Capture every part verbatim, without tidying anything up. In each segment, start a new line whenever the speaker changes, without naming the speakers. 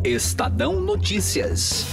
Estadão Notícias.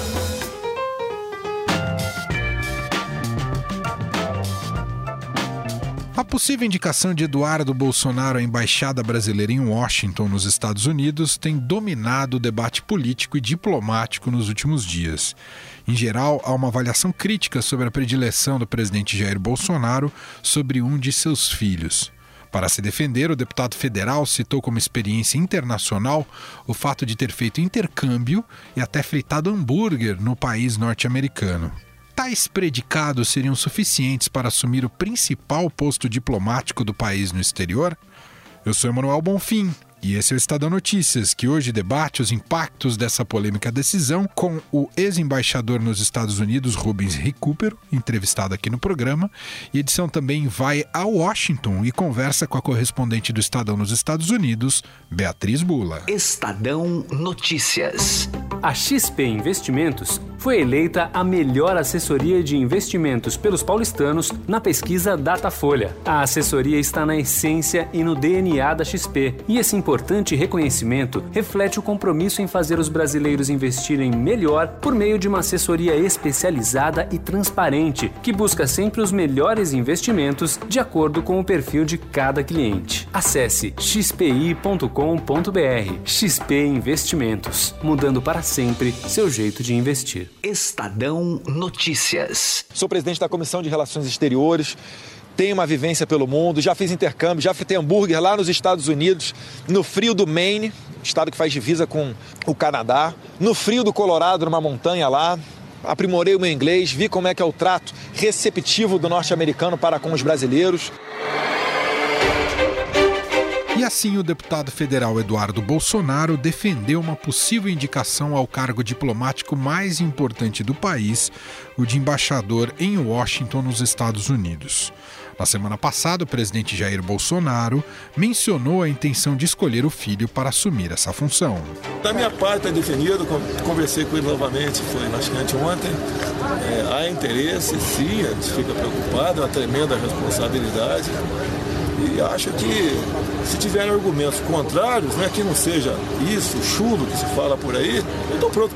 A possível indicação de Eduardo Bolsonaro à Embaixada Brasileira em Washington, nos Estados Unidos, tem dominado o debate político e diplomático nos últimos dias. Em geral, há uma avaliação crítica sobre a predileção do presidente Jair Bolsonaro sobre um de seus filhos. Para se defender, o deputado federal citou como experiência internacional o fato de ter feito intercâmbio e até fritado hambúrguer no país norte-americano. Tais predicados seriam suficientes para assumir o principal posto diplomático do país no exterior? Eu sou Emanuel Bonfim e esse é o Estadão Notícias, que hoje debate os impactos dessa polêmica decisão com o ex-embaixador nos Estados Unidos, Rubens Recupero, entrevistado aqui no programa. E a edição também vai a Washington e conversa com a correspondente do Estadão nos Estados Unidos, Beatriz Bula.
Estadão Notícias.
A X P Investimentos foi eleita a melhor assessoria de investimentos pelos paulistanos na pesquisa Datafolha. A assessoria está na essência e no D N A da X P, e esse importante reconhecimento reflete o compromisso em fazer os brasileiros investirem melhor por meio de uma assessoria especializada e transparente, que busca sempre os melhores investimentos de acordo com o perfil de cada cliente. Acesse x p i ponto com ponto b r. X P Investimentos, mudando para sempre seu jeito de investir.
Estadão Notícias.
Sou presidente da Comissão de Relações Exteriores, tenho uma vivência pelo mundo, já fiz intercâmbio, já fritei hambúrguer lá nos Estados Unidos, no frio do Maine, estado que faz divisa com o Canadá, no frio do Colorado, numa montanha lá. Aprimorei o meu inglês, vi como é que é o trato receptivo do norte-americano para com os brasileiros.
E assim o deputado federal Eduardo Bolsonaro defendeu uma possível indicação ao cargo diplomático mais importante do país, o de embaixador em Washington, nos Estados Unidos. Na semana passada, o presidente Jair Bolsonaro mencionou a intenção de escolher o filho para assumir essa função.
Da minha parte está definido, conversei com ele novamente, foi acho que anteontem. É, há interesse, sim, a gente fica preocupado, é uma tremenda responsabilidade. E acho que se tiverem argumentos contrários, né, que não seja isso, chulo que se fala por aí, eu estou pronto.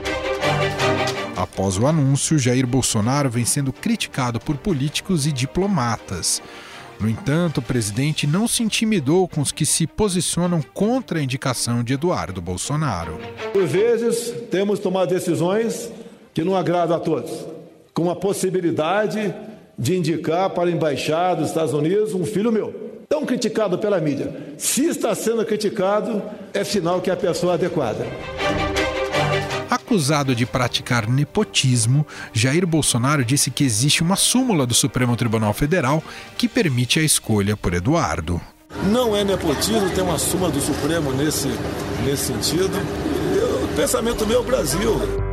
Após o anúncio, Jair Bolsonaro vem sendo criticado por políticos e diplomatas. No entanto, o presidente não se intimidou com os que se posicionam contra a indicação de Eduardo Bolsonaro.
Por vezes, temos tomado decisões que não agradam a todos, com a possibilidade de indicar para a embaixada dos Estados Unidos um filho meu, tão criticado pela mídia. Se está sendo criticado, é sinal que é a pessoa adequada.
Acusado de praticar nepotismo, Jair Bolsonaro disse que existe uma súmula do Supremo Tribunal Federal que permite a escolha por Eduardo.
Não é nepotismo, tem uma súmula do Supremo nesse, nesse sentido. O pensamento meu é o Brasil.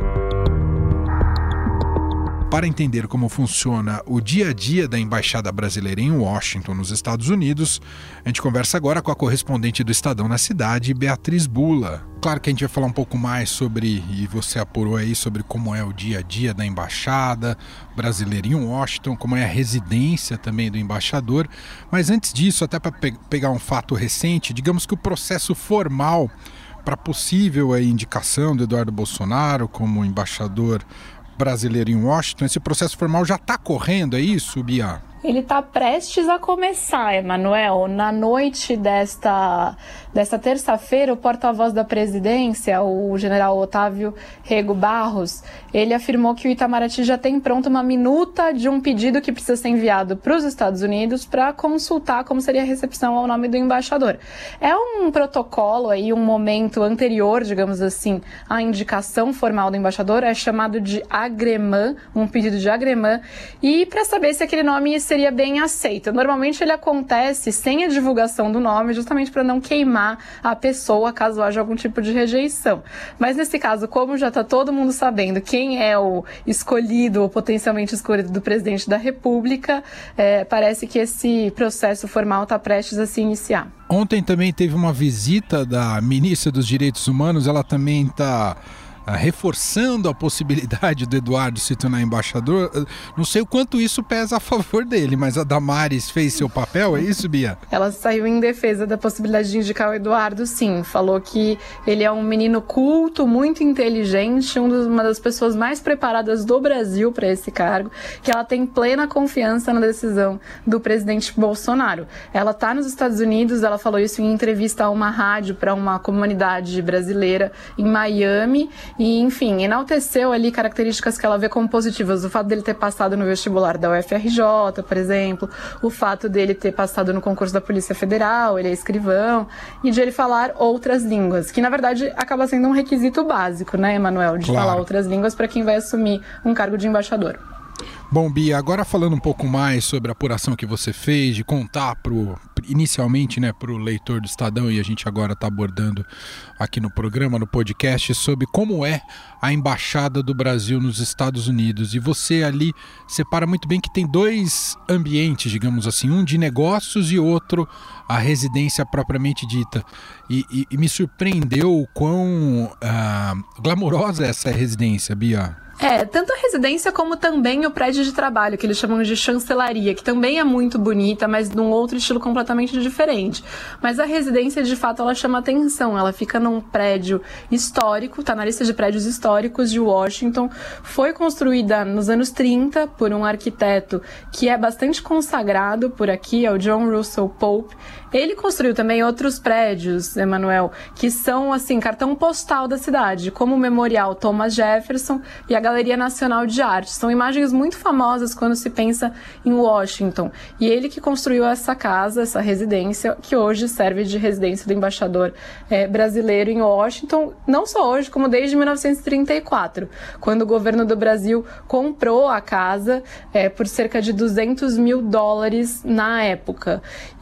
Para entender como funciona o dia a dia da Embaixada Brasileira em Washington, nos Estados Unidos, a gente conversa agora com a correspondente do Estadão na cidade, Beatriz Bula. Claro que a gente vai falar um pouco mais sobre, e você apurou aí, sobre como é o dia a dia da Embaixada Brasileira em Washington, como é a residência também do embaixador. Mas antes disso, até para pe- pegar um fato recente, digamos que o processo formal para a possível a indicação do Eduardo Bolsonaro como embaixador brasileiro em Washington, esse processo formal já está correndo, é isso, Bia?
Ele está prestes a começar, Emanuel. Na noite desta, desta terça-feira, o porta-voz da presidência, o general Otávio Rego Barros, ele afirmou que o Itamaraty já tem pronta uma minuta de um pedido que precisa ser enviado para os Estados Unidos para consultar como seria a recepção ao nome do embaixador. É um protocolo, aí, um momento anterior, digamos assim, à indicação formal do embaixador, é chamado de agremã, um pedido de agremã, e para saber se aquele nome seria bem aceito. Normalmente ele acontece sem a divulgação do nome, justamente para não queimar a pessoa caso haja algum tipo de rejeição. Mas nesse caso, como já está todo mundo sabendo quem é o escolhido ou potencialmente escolhido do presidente da República, é, parece que esse processo formal está prestes a se iniciar.
Ontem também teve uma visita da ministra dos Direitos Humanos, ela também está ah, reforçando a possibilidade do Eduardo se tornar embaixador. Não sei o quanto isso pesa a favor dele, mas a Damares fez seu papel, é isso, Bia?
Ela saiu em defesa da possibilidade de indicar o Eduardo, sim. Falou que ele é um menino culto, muito inteligente, um dos, uma das pessoas mais preparadas do Brasil para esse cargo, que ela tem plena confiança na decisão do presidente Bolsonaro. Ela está nos Estados Unidos, ela falou isso em entrevista a uma rádio para uma comunidade brasileira em Miami e, enfim, enalteceu ali características que ela vê como positivas. O fato dele ter passado no vestibular da U F R J, por exemplo, o fato dele ter passado no concurso da Polícia Federal, ele é escrivão, e de ele falar outras línguas, que na verdade acaba sendo um requisito básico, né, Emanuel, de
claro.
falar outras línguas para quem vai assumir um cargo de embaixador.
Bom, Bia, agora falando um pouco mais sobre a apuração que você fez, de contar pro, inicialmente, né, para o leitor do Estadão, e a gente agora está abordando aqui no programa, no podcast, sobre como é a Embaixada do Brasil nos Estados Unidos. E você ali separa muito bem que tem dois ambientes, digamos assim, um de negócios e outro a residência propriamente dita. E, e, e me surpreendeu o quão ah, glamourosa é essa residência, Bia.
É, tanto a residência como também o prédio de trabalho, que eles chamam de chancelaria, que também é muito bonita, mas num outro estilo completamente diferente. Mas a residência, de fato, ela chama atenção. Ela fica num prédio histórico, tá na lista de prédios históricos de Washington. Foi construída nos anos trinta por um arquiteto que é bastante consagrado por aqui, é o John Russell Pope. Ele construiu também outros prédios, Emanuel, que são, assim, cartão postal da cidade, como o Memorial Thomas Jefferson e a Galeria Nacional de Arte. São imagens muito famosas quando se pensa em Washington. E ele que construiu essa casa, essa residência, que hoje serve de residência do embaixador é, brasileiro em Washington, não só hoje, como desde mil novecentos e trinta e quatro, quando o governo do Brasil comprou a casa é, por cerca de duzentos mil dólares na época.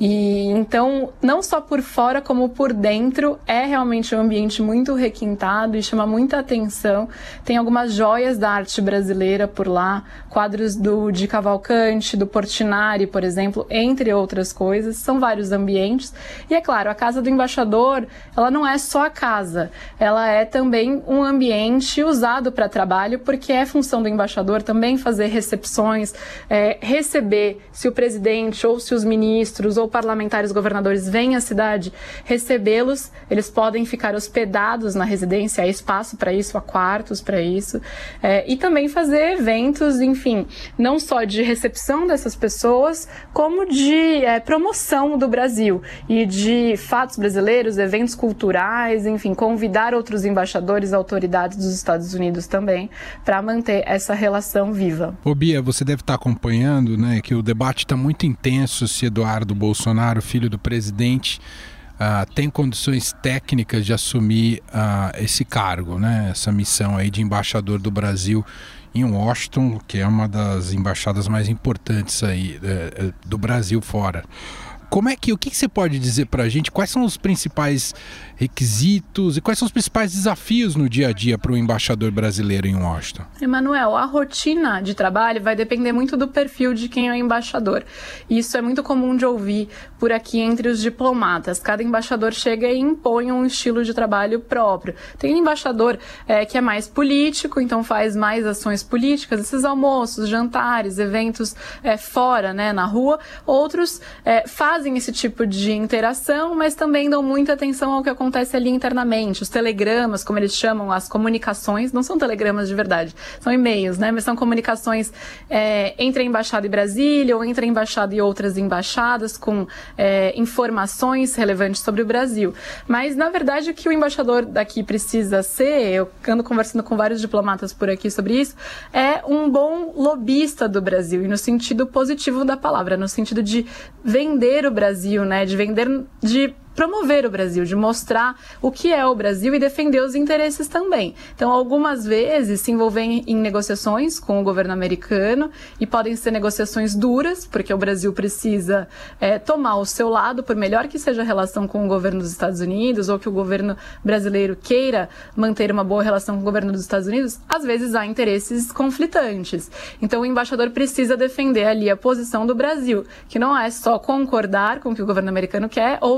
E então, não só por fora, como por dentro, é realmente um ambiente muito requintado e chama muita atenção. Tem algumas joias da arte brasileira por lá, quadros do de Cavalcante, do Portinari, por exemplo, entre outras coisas. São vários ambientes. E é claro, a casa do embaixador, ela não é só a casa, ela é também um ambiente usado para trabalho, porque é função do embaixador também fazer recepções, é, receber, se o presidente ou se os ministros ou parlamentares governadores vêm à cidade recebê-los, eles podem ficar hospedados na residência, há espaço para isso, há quartos para isso. É, e também fazer eventos, enfim, não só de recepção dessas pessoas, como de é, promoção do Brasil e de fatos brasileiros, eventos culturais, enfim, convidar outros embaixadores, autoridades dos Estados Unidos também, para manter essa relação viva.
Ô Bia, você deve estar acompanhando, né, que o debate está muito intenso se Eduardo Bolsonaro, filho do presidente, Uh, tem condições técnicas de assumir uh, esse cargo, né? Essa missão aí de embaixador do Brasil em Washington, que é uma das embaixadas mais importantes aí uh, do Brasil fora. Como é que, o que você pode dizer para a gente? Quais são os principais requisitos e quais são os principais desafios no dia a dia para o embaixador brasileiro em Washington?
Emanuel, a rotina de trabalho vai depender muito do perfil de quem é o embaixador. Isso é muito comum de ouvir por aqui entre os diplomatas. Cada embaixador chega e impõe um estilo de trabalho próprio. Tem embaixador é, que é mais político, então faz mais ações políticas, esses almoços, jantares, eventos é, fora, né, na rua. Outros é, fazem esse tipo de interação, mas também dão muita atenção ao que acontece ali internamente. Os telegramas, como eles chamam, as comunicações, não são telegramas de verdade, são e-mails, né? Mas são comunicações é, entre a embaixada e Brasília ou entre a embaixada e outras embaixadas com é, informações relevantes sobre o Brasil. Mas, na verdade, o que o embaixador daqui precisa ser, eu ando conversando com vários diplomatas por aqui sobre isso, é um bom lobista do Brasil, e no sentido positivo da palavra, no sentido de vender o Brasil, né, de vender, de promover o Brasil, de mostrar o que é o Brasil e defender os interesses também. Então, algumas vezes se envolvem em negociações com o governo americano e podem ser negociações duras, porque o Brasil precisa é, tomar o seu lado, por melhor que seja a relação com o governo dos Estados Unidos ou que o governo brasileiro queira manter uma boa relação com o governo dos Estados Unidos, às vezes há interesses conflitantes. Então, o embaixador precisa defender ali a posição do Brasil, que não é só concordar com o que o governo americano quer ou só discordar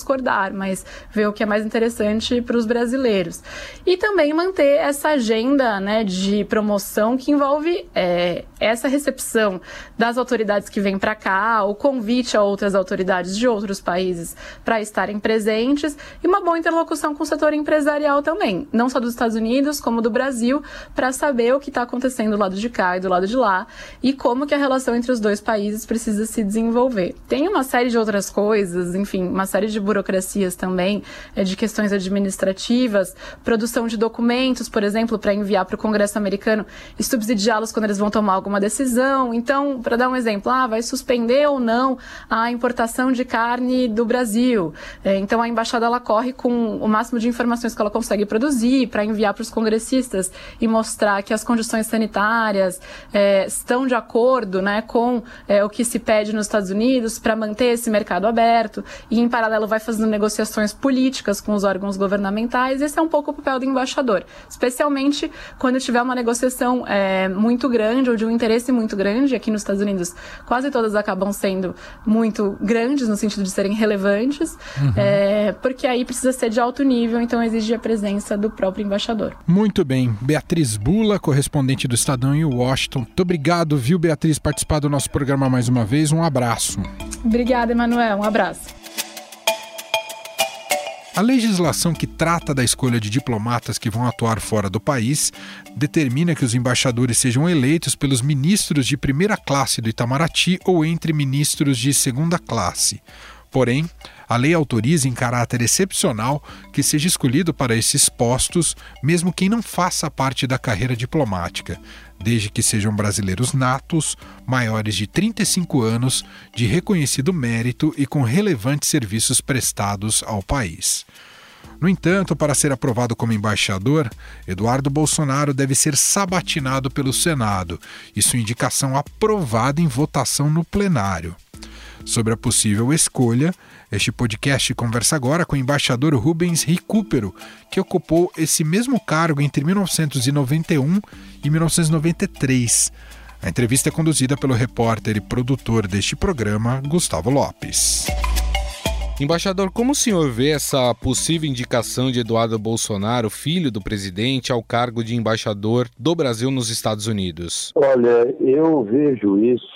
discordar, mas ver o que é mais interessante para os brasileiros. E também manter essa agenda, né, de promoção que envolve é, essa recepção das autoridades que vêm para cá, o convite a outras autoridades de outros países para estarem presentes e uma boa interlocução com o setor empresarial também, não só dos Estados Unidos, como do Brasil, para saber o que está acontecendo do lado de cá e do lado de lá e como que a relação entre os dois países precisa se desenvolver. Tem uma série de outras coisas, enfim, uma série de burocracias também, é, de questões administrativas, produção de documentos, por exemplo, para enviar para o Congresso americano e subsidiá-los quando eles vão tomar alguma decisão. Então, para dar um exemplo, ah, vai suspender ou não a importação de carne do Brasil. É, então, a embaixada ela corre com o máximo de informações que ela consegue produzir para enviar para os congressistas e mostrar que as condições sanitárias é, estão de acordo, né, com é, o que se pede nos Estados Unidos para manter esse mercado aberto e, em paralelo, vai fazendo negociações políticas com os órgãos governamentais. Esse é um pouco o papel do embaixador, especialmente quando tiver uma negociação é, muito grande ou de um interesse muito grande. Aqui nos Estados Unidos, quase todas acabam sendo muito grandes no sentido de serem relevantes, uhum. é, porque aí precisa ser de alto nível, então exige a presença do próprio embaixador.
Muito bem. Beatriz Bula, correspondente do Estadão em Washington. Muito obrigado, viu, Beatriz, participar do nosso programa mais uma vez. Um abraço.
Obrigada, Emanuel. Um abraço.
A legislação que trata da escolha de diplomatas que vão atuar fora do país determina que os embaixadores sejam eleitos pelos ministros de primeira classe do Itamaraty ou entre ministros de segunda classe. Porém, a lei autoriza em caráter excepcional que seja escolhido para esses postos mesmo quem não faça parte da carreira diplomática, desde que sejam brasileiros natos, maiores de trinta e cinco anos, de reconhecido mérito e com relevantes serviços prestados ao país. No entanto, para ser aprovado como embaixador, Eduardo Bolsonaro deve ser sabatinado pelo Senado e sua indicação aprovada em votação no plenário. Sobre a possível escolha, este podcast conversa agora com o embaixador Rubens Recupero, que ocupou esse mesmo cargo entre mil novecentos e noventa e um e mil novecentos e noventa e três. A entrevista é conduzida pelo repórter e produtor deste programa, Gustavo Lopes.
Embaixador, como o senhor vê essa possível indicação de Eduardo Bolsonaro, filho do presidente, ao cargo de embaixador do Brasil nos Estados Unidos?
Olha, eu vejo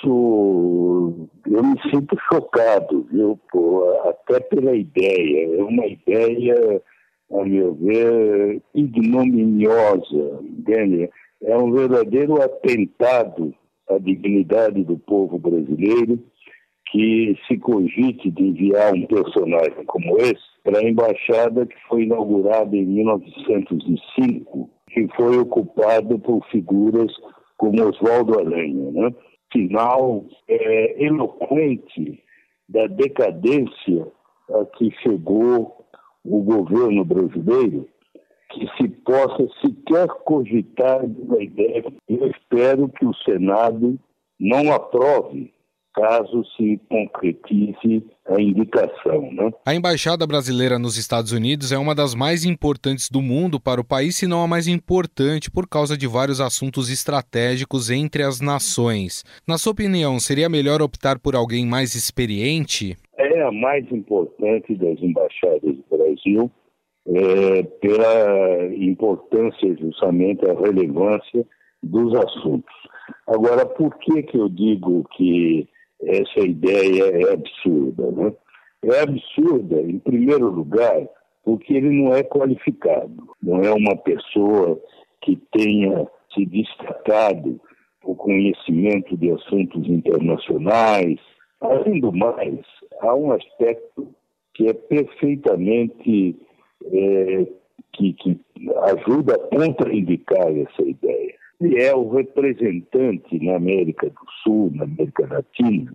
isso, eu me sinto chocado, viu, pô, até pela ideia. É uma ideia, a meu ver, ignominiosa, entende? É um verdadeiro atentado à dignidade do povo brasileiro, que se cogite de enviar um personagem como esse para a embaixada que foi inaugurada em mil novecentos e cinco, que foi ocupado por figuras como Oswaldo Aranha, né? Sinal é, eloquente da decadência a que chegou o governo brasileiro, que se possa sequer cogitar da ideia. Eu espero que o Senado não aprove caso se concretize a indicação, né?
A Embaixada Brasileira nos Estados Unidos é uma das mais importantes do mundo para o país, se não a mais importante, por causa de vários assuntos estratégicos entre as nações. Na sua opinião, seria melhor optar por alguém mais experiente?
É a mais importante das embaixadas do Brasil, é, pela importância, justamente, a relevância dos assuntos. Agora, por que que eu digo que essa ideia é absurda, né? É absurda, em primeiro lugar, porque ele não é qualificado, não é uma pessoa que tenha se destacado por conhecimento de assuntos internacionais. Além do mais, há um aspecto que é perfeitamente, é, que, que ajuda a contraindicar essa ideia. Ele é o representante na América do Sul, na América Latina,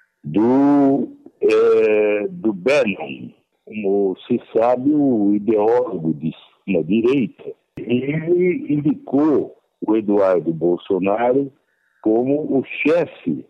do, é, do Bannon, como se sabe, o ideólogo de extrema-direita. Ele indicou o Eduardo Bolsonaro como o chefe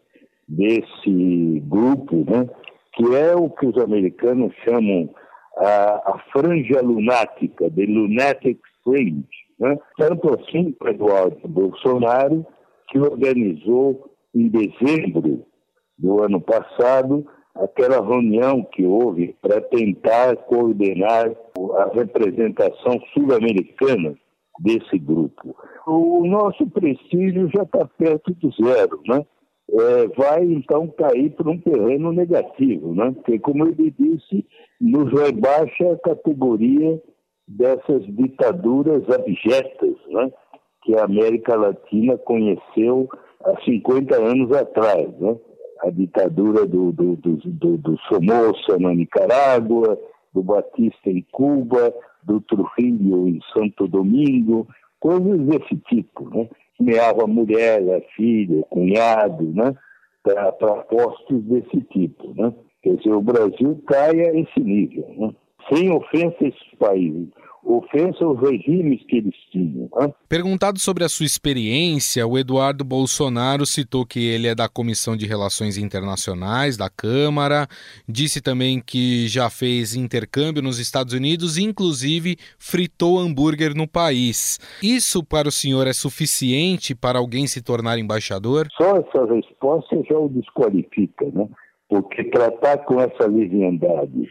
desse grupo, né, que é o que os americanos chamam a, a franja lunática, the lunatic fringe. Né? Tanto assim o Eduardo Bolsonaro, que organizou em dezembro do ano passado aquela reunião que houve para tentar coordenar a representação sul-americana desse grupo. O nosso prestígio já está perto do zero, né? É, vai então cair para um terreno negativo, né? Porque, como ele disse, nos rebaixa a categoria dessas ditaduras abjetas, né? Que a América Latina conheceu há cinquenta anos atrás, né? A ditadura do, do, do, do, do Somoza na Nicarágua, do Batista em Cuba, do Trujillo em Santo Domingo, coisas desse tipo, né? Meava a mulher, a filha, o cunhado, né? Para postos desse tipo, né? Quer dizer, o Brasil cai a esse nível, né? Sem ofensa a esses países, ofensa aos regimes que eles tinham. Né?
Perguntado sobre a sua experiência, o Eduardo Bolsonaro citou que ele é da Comissão de Relações Internacionais da Câmara, disse também que já fez intercâmbio nos Estados Unidos e, inclusive, fritou hambúrguer no país. Isso para o senhor é suficiente para alguém se tornar embaixador?
Só essa resposta já o desqualifica, né? Porque tratar com essa leviandade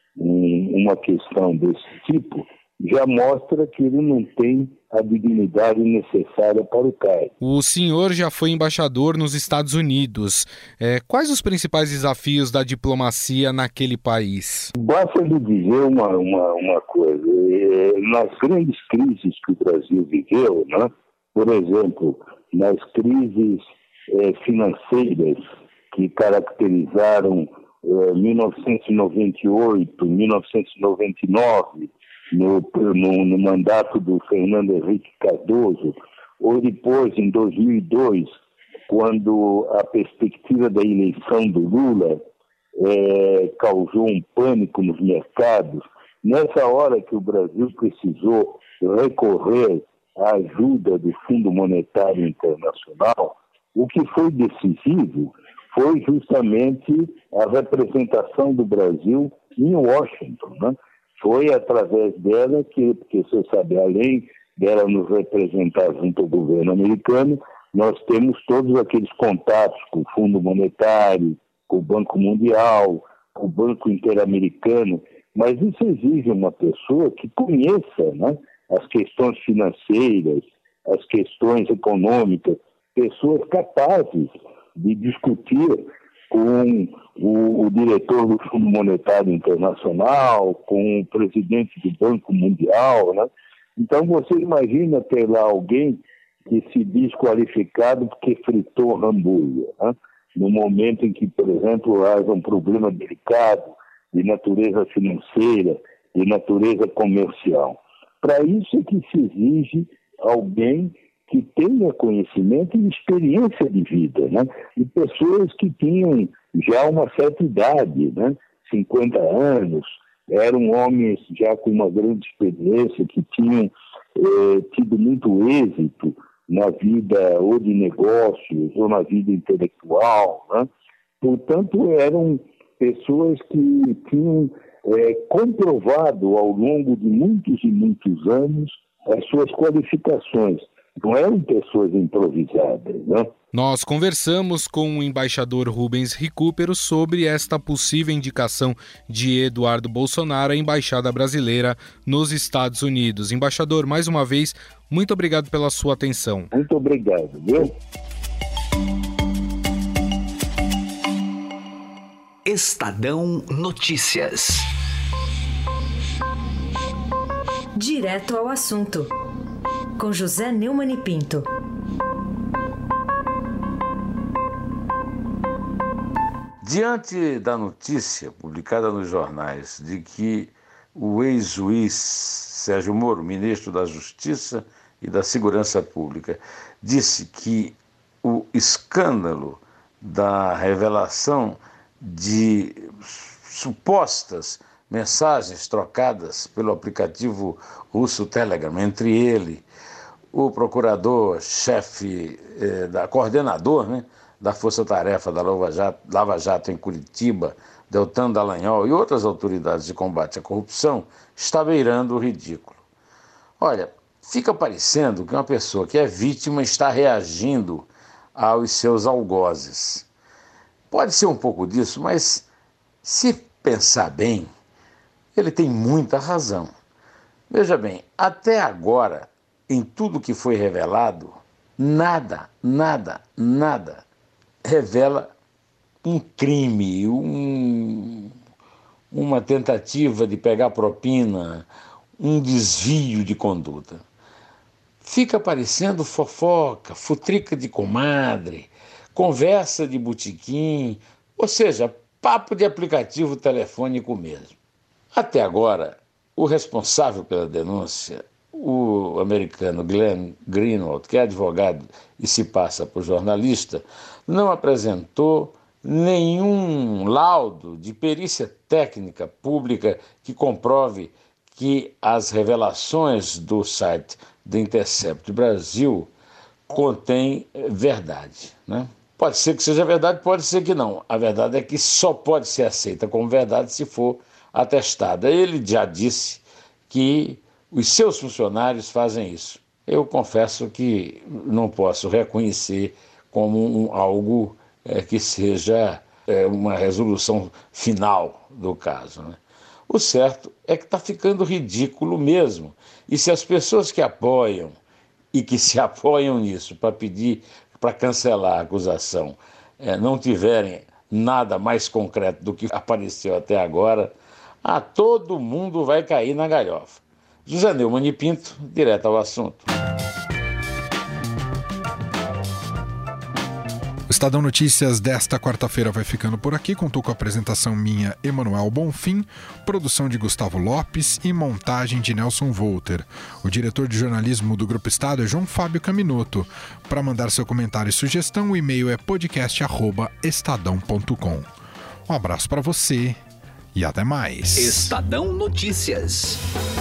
uma questão desse tipo já mostra que ele não tem a dignidade necessária para o cargo.
O senhor já foi embaixador nos Estados Unidos. É, quais os principais desafios da diplomacia naquele país?
Basta lhe dizer uma, uma, uma coisa. É, nas grandes crises que o Brasil viveu, né? Por exemplo, nas crises é, financeiras que caracterizaram é, mil novecentos e noventa e oito, mil novecentos e noventa e nove, No, no, no mandato do Fernando Henrique Cardoso, ou depois, em dois mil e dois, quando a perspectiva da eleição do Lula é, causou um pânico nos mercados, nessa hora que o Brasil precisou recorrer à ajuda do Fundo Monetário Internacional, o que foi decisivo foi justamente a representação do Brasil em Washington, né? Foi através dela que, porque você sabe, além dela nos representar junto ao governo americano, nós temos todos aqueles contatos com o Fundo Monetário, com o Banco Mundial, com o Banco Interamericano, mas isso exige uma pessoa que conheça, né, as questões financeiras, as questões econômicas, pessoas capazes de discutir com o, o diretor do Fundo Monetário Internacional, com o presidente do Banco Mundial, né? Então você imagina ter lá alguém que se diz qualificado porque fritou hambúrguer, né? No momento em que, por exemplo, haja um problema delicado de natureza financeira, de natureza comercial. Para isso é que se exige alguém que tenha conhecimento e experiência de vida, né? E pessoas que tinham já uma certa idade, né? cinquenta anos, eram homens já com uma grande experiência, que tinham eh, tido muito êxito na vida ou de negócios ou na vida intelectual, né? Portanto, eram pessoas que tinham eh, comprovado ao longo de muitos e muitos anos as suas qualificações. Não eram pessoas improvisadas, né?
Nós conversamos com o embaixador Rubens Recupero sobre esta possível indicação de Eduardo Bolsonaro à Embaixada Brasileira nos Estados Unidos. Embaixador, mais uma vez, muito obrigado pela sua atenção.
Muito obrigado, viu?
Estadão Notícias.
Direto ao assunto, com José Neumann e Pinto.
Diante da notícia publicada nos jornais de que o ex-juiz Sérgio Moro, ministro da Justiça e da Segurança Pública, disse que o escândalo da revelação de supostas mensagens trocadas pelo aplicativo russo Telegram entre ele, o procurador-chefe, eh, da coordenador, né, da Força Tarefa da Lava Jato, Lava Jato em Curitiba, Deltan Dallagnol e outras autoridades de combate à corrupção, está beirando o ridículo. Olha, fica parecendo que uma pessoa que é vítima está reagindo aos seus algozes. Pode ser um pouco disso, mas Se pensar bem, ele tem muita razão. Veja bem, até agora, em tudo que foi revelado, nada, nada, nada revela um crime, um, uma tentativa de pegar propina, um desvio de conduta. Fica parecendo fofoca, futrica de comadre, conversa de botequim, ou seja, papo de aplicativo telefônico mesmo. Até agora, o responsável pela denúncia, o americano Glenn Greenwald, que é advogado e se passa por jornalista, não apresentou nenhum laudo de perícia técnica pública que comprove que as revelações do site The Intercept Brasil contêm verdade, né? Pode ser que seja verdade, pode ser que não. A verdade é que só pode ser aceita como verdade se for atestada. Ele já disse que os seus funcionários fazem isso. Eu confesso que não posso reconhecer como um, algo é, que seja é, uma resolução final do caso, né? O certo é que está ficando ridículo mesmo. E se as pessoas que apoiam e que se apoiam nisso para pedir, para cancelar a acusação, é, não tiverem nada mais concreto do que apareceu até agora, ah, todo mundo vai cair na galhofa. José Neumann e Pinto, direto ao assunto.
O Estadão Notícias desta quarta-feira vai ficando por aqui. Contou com a apresentação minha, Emanuel Bonfim, produção de Gustavo Lopes e montagem de Nelson Volter. O diretor de jornalismo do Grupo Estado é João Fábio Caminoto. Para mandar seu comentário e sugestão, o e-mail é podcast arroba estadão ponto com. Um abraço para você e até mais.
Estadão Notícias.